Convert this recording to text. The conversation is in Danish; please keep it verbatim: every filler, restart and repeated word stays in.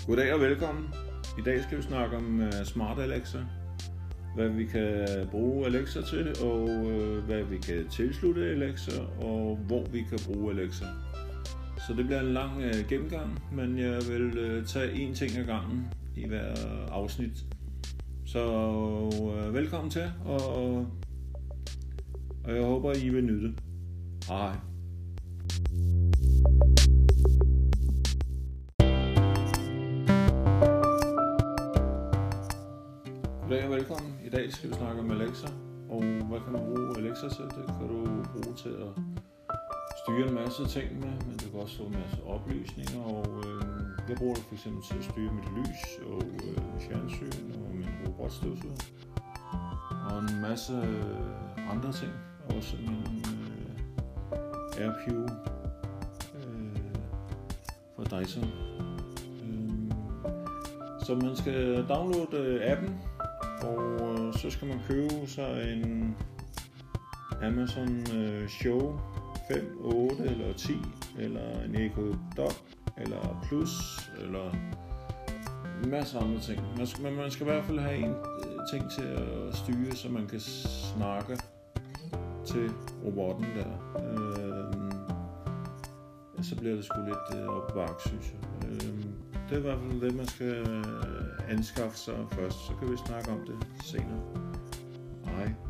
Goddag og velkommen. I dag skal vi snakke om uh, Smart Alexa, hvad vi kan bruge Alexa til, og uh, hvad vi kan tilslutte Alexa, og hvor vi kan bruge Alexa. Så det bliver en lang uh, gennemgang, men jeg vil uh, tage én ting ad gangen i hver afsnit. Så uh, velkommen til, og, og jeg håber, I vil nyde. Hej. Goddag og velkommen. I dag skal vi snakke om Alexa, og hvad kan man bruge Alexa til? Det kan du bruge til at styre en masse ting med, men du kan også få en masse oplysninger, og øh, jeg bruger det for eksempel til at styre mit lys, og øh, mit fjernsyn, og min robotstøvsuger, og en masse øh, andre ting, også min øh, AirPure øh, fra Dyson. Øh, så man skal downloade øh, appen, og øh, så skal man købe sig en Amazon øh, Show fem, otte eller ti, eller en Echo Dot, eller Plus, eller en masse andre ting. Man skal, man skal i hvert fald have en øh, ting til at styre, så man kan snakke til robotten der. Øh, så bliver det sgu lidt øh, op ad bakke, synes jeg. Øh, det er i hvert fald det, man skal anskaffe sig først. Så kan vi snakke om det senere. Hej.